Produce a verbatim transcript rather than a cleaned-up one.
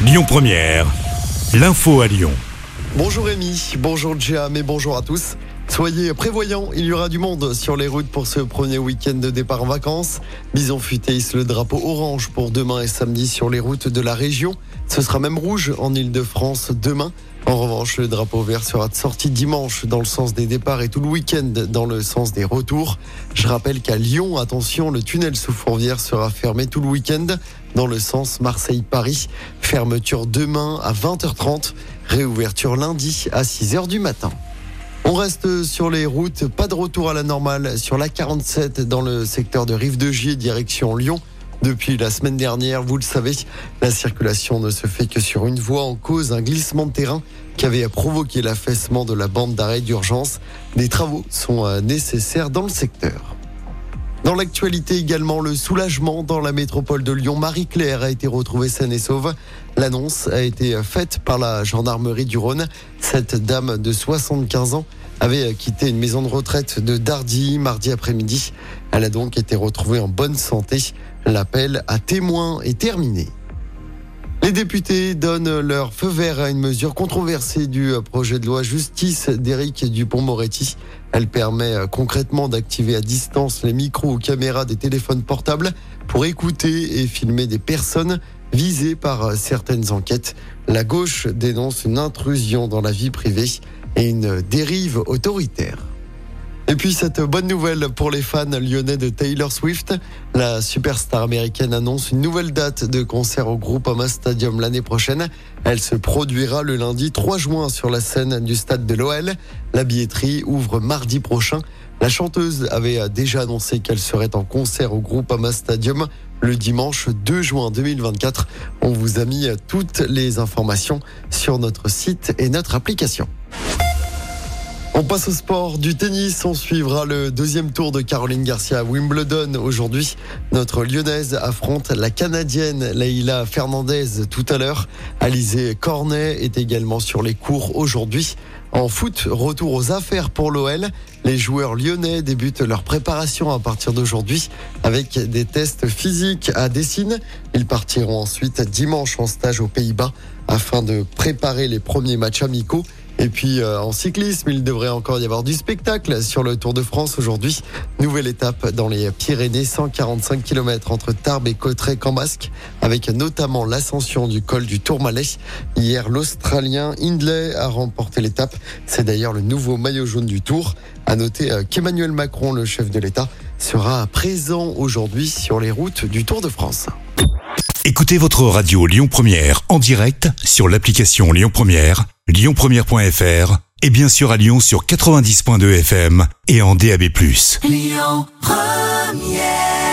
Lyon Première, l'info à Lyon. Bonjour Rémi, bonjour Jam et bonjour à tous. Soyez prévoyants, il y aura du monde sur les routes pour ce premier week-end de départ en vacances. Bison Futé hisse le drapeau orange pour demain et samedi sur les routes de la région. Ce sera même rouge en Ile-de-France demain. En revanche, le drapeau vert sera de sortie dimanche dans le sens des départs et tout le week-end dans le sens des retours. Je rappelle qu'à Lyon, attention, le tunnel sous Fourvière sera fermé tout le week-end dans le sens Marseille-Paris. Fermeture demain à vingt heures trente, réouverture lundi à six heures du matin. On reste sur les routes, pas de retour à la normale sur l'A quarante-sept dans le secteur de Rive-de-Gier, direction Lyon. Depuis la semaine dernière, vous le savez, la circulation ne se fait que sur une voie en cause, un glissement de terrain qui avait provoqué l'affaissement de la bande d'arrêt d'urgence. Des travaux sont nécessaires dans le secteur. Dans l'actualité également, le soulagement dans la métropole de Lyon. Marie-Claire a été retrouvée saine et sauve. L'annonce a été faite par la gendarmerie du Rhône. Cette dame de soixante-quinze ans avait quitté une maison de retraite de Dardy mardi après-midi. Elle a donc été retrouvée en bonne santé. L'appel à témoins est terminé. Les députés donnent leur feu vert à une mesure controversée du projet de loi justice d'Éric Dupond-Moretti. Elle permet concrètement d'activer à distance les micros ou caméras des téléphones portables pour écouter et filmer des personnes visées par certaines enquêtes. La gauche dénonce une intrusion dans la vie privée et une dérive autoritaire. Et puis cette bonne nouvelle pour les fans lyonnais de Taylor Swift. La superstar américaine annonce une nouvelle date de concert au Groupama Stadium l'année prochaine. Elle se produira le lundi trois juin sur la scène du stade de l'O L. La billetterie ouvre mardi prochain. La chanteuse avait déjà annoncé qu'elle serait en concert au Groupama Stadium le dimanche deux juin deux mille vingt-quatre. On vous a mis toutes les informations sur notre site et notre application. On passe au sport du tennis. On suivra le deuxième tour de Caroline Garcia à Wimbledon. Aujourd'hui, notre Lyonnaise affronte la Canadienne Leila Fernandez tout à l'heure. Alizé Cornet est également sur les cours aujourd'hui. En foot, retour aux affaires pour l'O L. Les joueurs lyonnais débutent leur préparation à partir d'aujourd'hui avec des tests physiques à Dessines. Ils partiront ensuite dimanche en stage aux Pays-Bas afin de préparer les premiers matchs amicaux. Et puis euh, en cyclisme, il devrait encore y avoir du spectacle sur le Tour de France aujourd'hui. Nouvelle étape dans les Pyrénées, cent quarante-cinq kilomètres entre Tarbes et Cauterets-Cambasque, avec notamment l'ascension du col du Tourmalet. Hier, l'Australien Hindley a remporté l'étape. C'est d'ailleurs le nouveau maillot jaune du Tour. À noter euh, qu'Emmanuel Macron, le chef de l'État, sera présent aujourd'hui sur les routes du Tour de France. Écoutez votre radio Lyon Première en direct sur l'application Lyon Première, lyon première point f r et bien sûr à Lyon sur quatre-vingt-dix virgule deux F M et en D A B plus. Lyon Première.